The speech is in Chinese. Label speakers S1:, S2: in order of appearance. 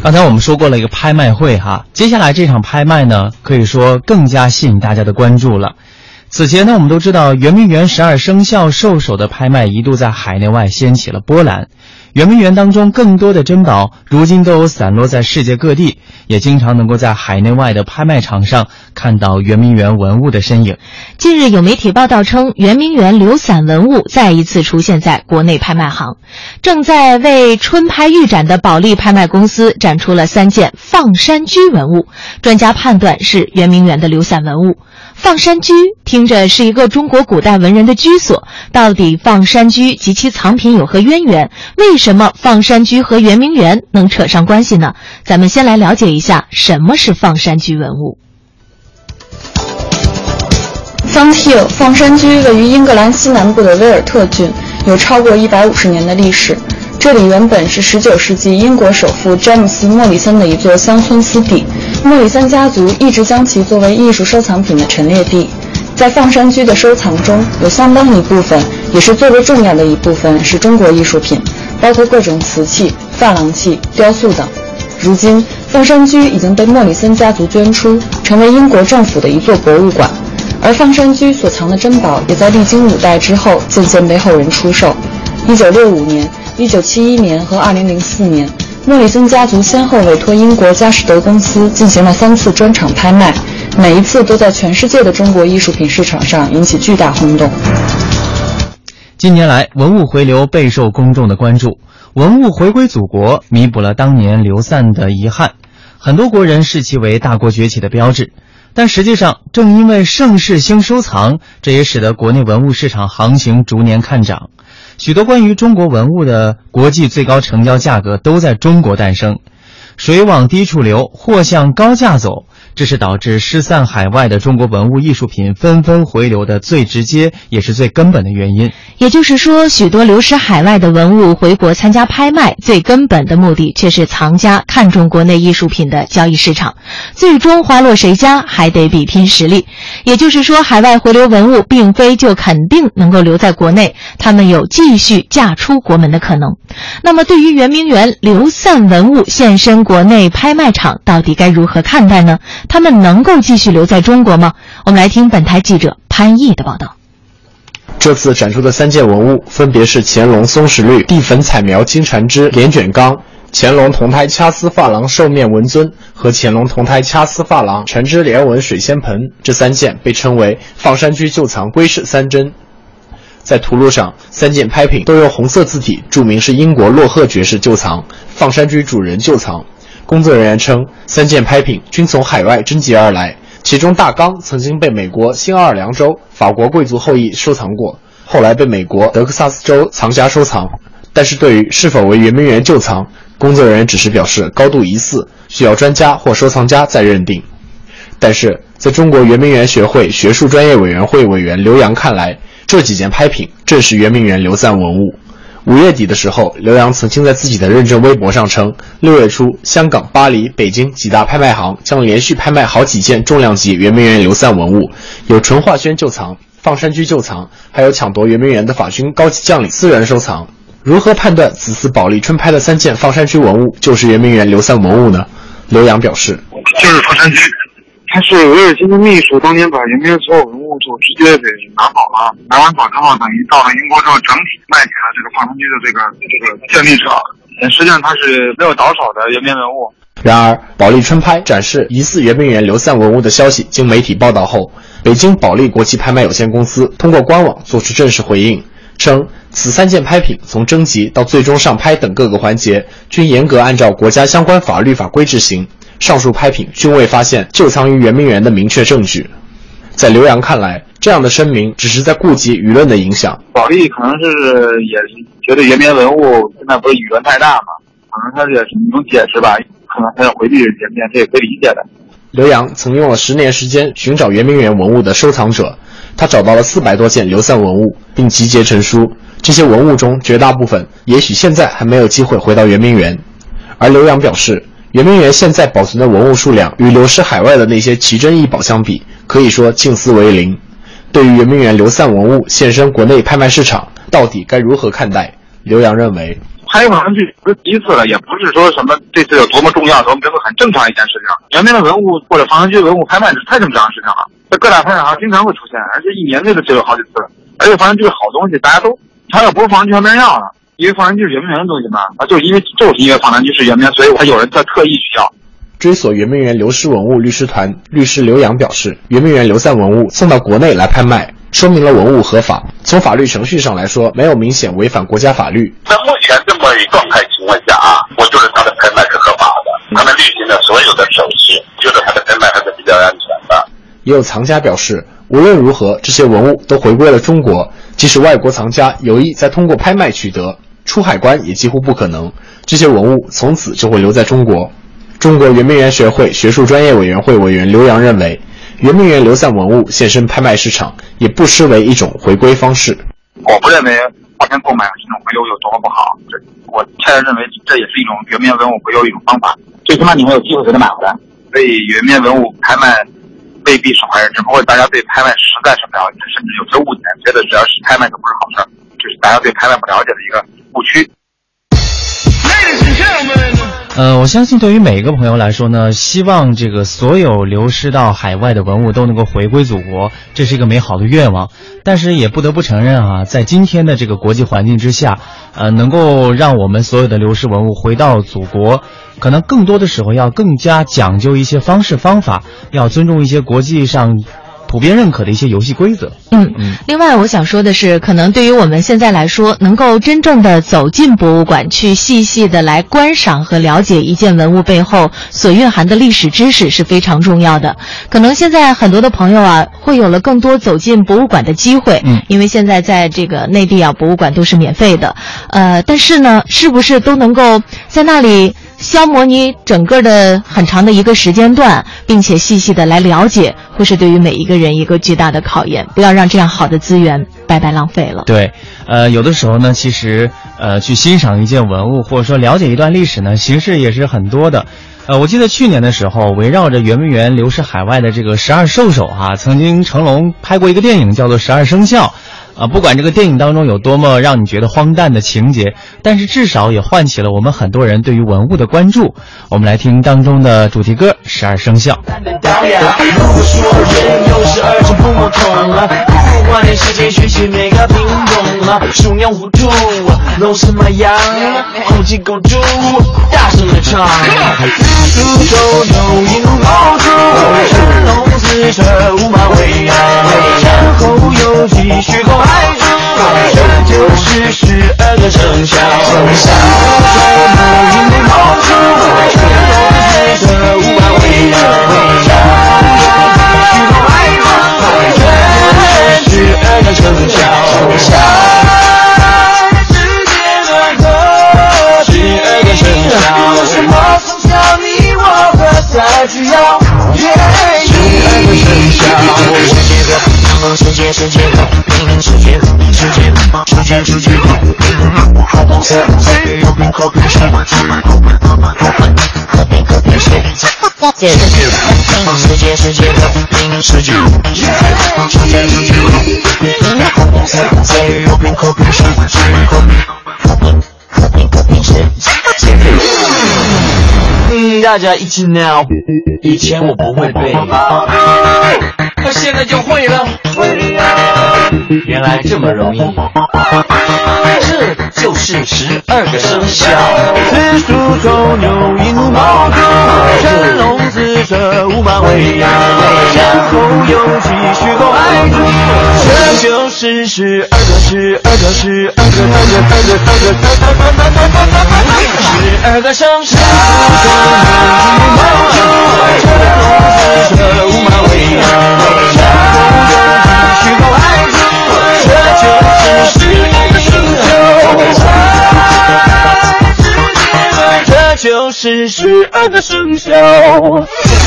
S1: 刚才我们说过了一个拍卖会哈，接下来这场拍卖呢，可以说更加吸引大家的关注了。此前呢，我们都知道圆明园12生肖兽首的拍卖一度在海内外掀起了波澜。圆明园当中更多的珍宝如今都有散落在世界各地，也经常能够在海内外的拍卖场上看到圆明园文物的身影。
S2: 近日有媒体报道称，圆明园流散文物再一次出现在国内拍卖行。正在为春拍预展的保利拍卖公司展出了3件放山居文物，专家判断是圆明园的流散文物。放山居听着是一个中国古代文人的居所，到底放山居及其藏品有何渊源？为什么放山居和圆明园能扯上关系呢？咱们先来了解一下什么是放山居文物。
S3: Found Hill 放山居位于英格兰西南部的威尔特郡，有超过150年的历史。这里原本是19世纪英国首富詹姆斯·莫里森的一座乡村私地，莫里森家族一直将其作为艺术收藏品的陈列地。在放山居的收藏中，有相当一部分，也是最为重要的一部分是中国艺术品，包括各种瓷器、珐琅器、雕塑等。如今，放山居已经被莫里森家族捐出，成为英国政府的一座博物馆。而放山居所藏的珍宝也在历经5代之后渐渐被后人出售。1965年、1971年和2004年，莫里森家族先后委托英国佳士得公司进行了3次专场拍卖，每一次都在全世界的中国艺术品市场上引起巨大轰动。
S1: 近年来，文物回流备受公众的关注，文物回归祖国，弥补了当年流散的遗憾。很多国人视其为大国崛起的标志。但实际上，正因为盛世兴收藏，这也使得国内文物市场行情逐年看涨。许多关于中国文物的国际最高成交价格都在中国诞生。水往低处流，货向高价走，这是导致失散海外的中国文物艺术品纷纷回流的最直接也是最根本的原因。
S2: 也就是说，许多流失海外的文物回国参加拍卖，最根本的目的却是藏家看重国内艺术品的交易市场，最终花落谁家还得比拼实力。也就是说，海外回流文物并非就肯定能够留在国内，它们有继续嫁出国门的可能。那么对于圆明园流散文物现身国内拍卖场，到底该如何看待呢？他们能够继续留在中国吗？我们来听本台记者潘毅的报道。
S4: 这次展出的3件文物分别是乾隆松石绿地粉彩描金蝉枝连卷缸、乾隆铜胎掐丝珐琅兽面纹尊和乾隆铜胎掐丝珐琅缠枝莲纹水仙盆。这3件被称为放山居旧藏归世3珍。在图录上，3件拍品都用红色字体注明是英国洛赫爵士旧藏，放山居主人旧藏。工作人员称，3件拍品均从海外征集而来，其中大缸曾经被美国新奥尔良州法国贵族后裔收藏过，后来被美国德克萨斯州藏家收藏。但是对于是否为圆明园旧藏，工作人员只是表示高度疑似，需要专家或收藏家再认定。但是在中国圆明园学会学术专业委员会委员刘洋看来，这几件拍品正是圆明园流散文物。5月底的时候，刘洋曾经在自己的认证微博上称，6月初香港、巴黎、北京几大拍卖行将连续拍卖好几件重量级圆明园流散文物，有纯化轩旧藏、放山居旧藏，还有抢夺圆明园的法军高级将领私人收藏。如何判断此次保利春拍的3件放山居文物就是圆明园流散文物呢？刘洋表示，
S5: 就是放山居，他是威尔金的秘书，当年把圆明园所有文物就直接给拿走了，拿完走之后，等于到了英国之后，整体卖给了这个放山居的这个建立者。实际上他是没有倒手的圆明文物。
S4: 然而，保利春拍展示疑似圆明园流散文物的消息经媒体报道后，北京保利国际拍卖有限公司通过官网作出正式回应，称此3件拍品从征集到最终上拍等各个环节均严格按照国家相关法律法规执行，上述拍品均未发现旧藏于圆明园的明确证据。在刘洋看来，这样的声明只是在顾及舆论的影响。
S5: 保利可能是也觉得圆明园文物现在不是舆论太大嘛，可能他也是一种解释吧，可能他要回避圆明园，这也可以理解的。
S4: 刘洋曾用了10年时间寻找圆明园文物的收藏者，他找到了400多件流散文物，并集结成书。这些文物中绝大部分也许现在还没有机会回到圆明园。而刘洋表示，圆明园现在保存的文物数量与流失海外的那些奇珍异宝相比，可以说近似为零。对于圆明园流散文物现身国内拍卖市场，到底该如何看待？刘洋认为，
S5: 拍防剧不是第一次了，也不是说什么这次有多么重要，我们觉得很正常一件事情。原名的文物或者防寒区文物拍卖是太正常的事情了，在各大拍卖行经常会出现，而且一年内就有好几次。而且防寒区是好东西，大家都它要不是防寒区还没人要呢，因为防寒区是圆明园的东西嘛，就是因为防寒区是圆明园，所以还有人在特意去要。
S4: 追索圆明园流失文物律师团律师刘洋表示，圆明园流散文物送到国内来拍卖，说明了文物合法。从法律程序上来说，没有明显违反国家法律。
S6: 在目前这么一状态情况下我觉得它的拍卖是合法的，他们履行了所有的手续，觉得它的拍卖还是比较安全的。
S4: 也有藏家表示，无论如何，这些文物都回归了中国，即使外国藏家有意再通过拍卖取得，出海关也几乎不可能。这些文物从此就会留在中国。中国圆明园学会学术专业委员会委员刘洋认为，圆明园流散文物现身拍卖市场，也不失为一种回归方式。
S5: 我不认为花钱购买这种回流有多么不好，我恰恰认为这也是一种圆明园文物回流一种方法，最起码你会有机会给它买回来。所以圆明园文物拍卖未必是坏事，只不过大家对拍卖实在是不了解，甚至有些误解，觉得只要是拍卖就不是好事，这是大家对拍卖不了解的一个误区。
S1: 我相信对于每一个朋友来说呢，希望这个所有流失到海外的文物都能够回归祖国，这是一个美好的愿望。但是也不得不承认在今天的这个国际环境之下，能够让我们所有的流失文物回到祖国，可能更多的时候要更加讲究一些方式方法，要尊重一些国际上普遍认可的一些游戏规则。
S2: 另外我想说的是，可能对于我们现在来说，能够真正的走进博物馆，去细细的来观赏和了解一件文物背后所蕴含的历史知识是非常重要的。可能现在很多的朋友会有了更多走进博物馆的机会，因为现在在这个内地博物馆都是免费的。但是呢，是不是都能够在那里消磨你整个的很长的一个时间段，并且细细的来了解，会是对于每一个人一个巨大的考验，不要让这样好的资源白白浪费了。
S1: 对，有的时候呢，其实去欣赏一件文物，或者说了解一段历史呢，形式也是很多的。我记得去年的时候，围绕着圆明园流失海外的这个12兽首曾经成龙拍过一个电影叫做《12生肖》。不管这个电影当中有多么让你觉得荒诞的情节，但是至少也唤起了我们很多人对于文物的关注。我们来听当中的主题歌《12生肖》。
S7: 如果说人有12种不同不管你世界学习每个品种鼠牛虎兔龙狮马羊猴鸡狗猪，大声的唱猪手牛鹰猫猪神龙四蛇五马为羊，然后有鸡戌狗亥猪，这就是12个生肖。猪手牛鹰猫猪神龙四蛇五马为羊，12个生肖，12个生肖，什么从小你我何才需要？12个生肖，世界和平，世界和平，世界和平，世界和平，世界和平，世界和平，和平，世界和平，和平，和平，世界。世界世界和平，世界和平，世界和平，世界和平，和平，世界和平，和平，和平，世界。大家一起闹，以前我不会背，可现在就会了。原来这么容易，这就是12个生肖：子鼠丑牛寅虎卯兔，辰龙巳蛇午马未羊，然后有鸡戌狗亥猪，这就是12个生肖。辰龙巳蛇午马未羊，然后有鸡戌狗亥猪，这就是12个生肖。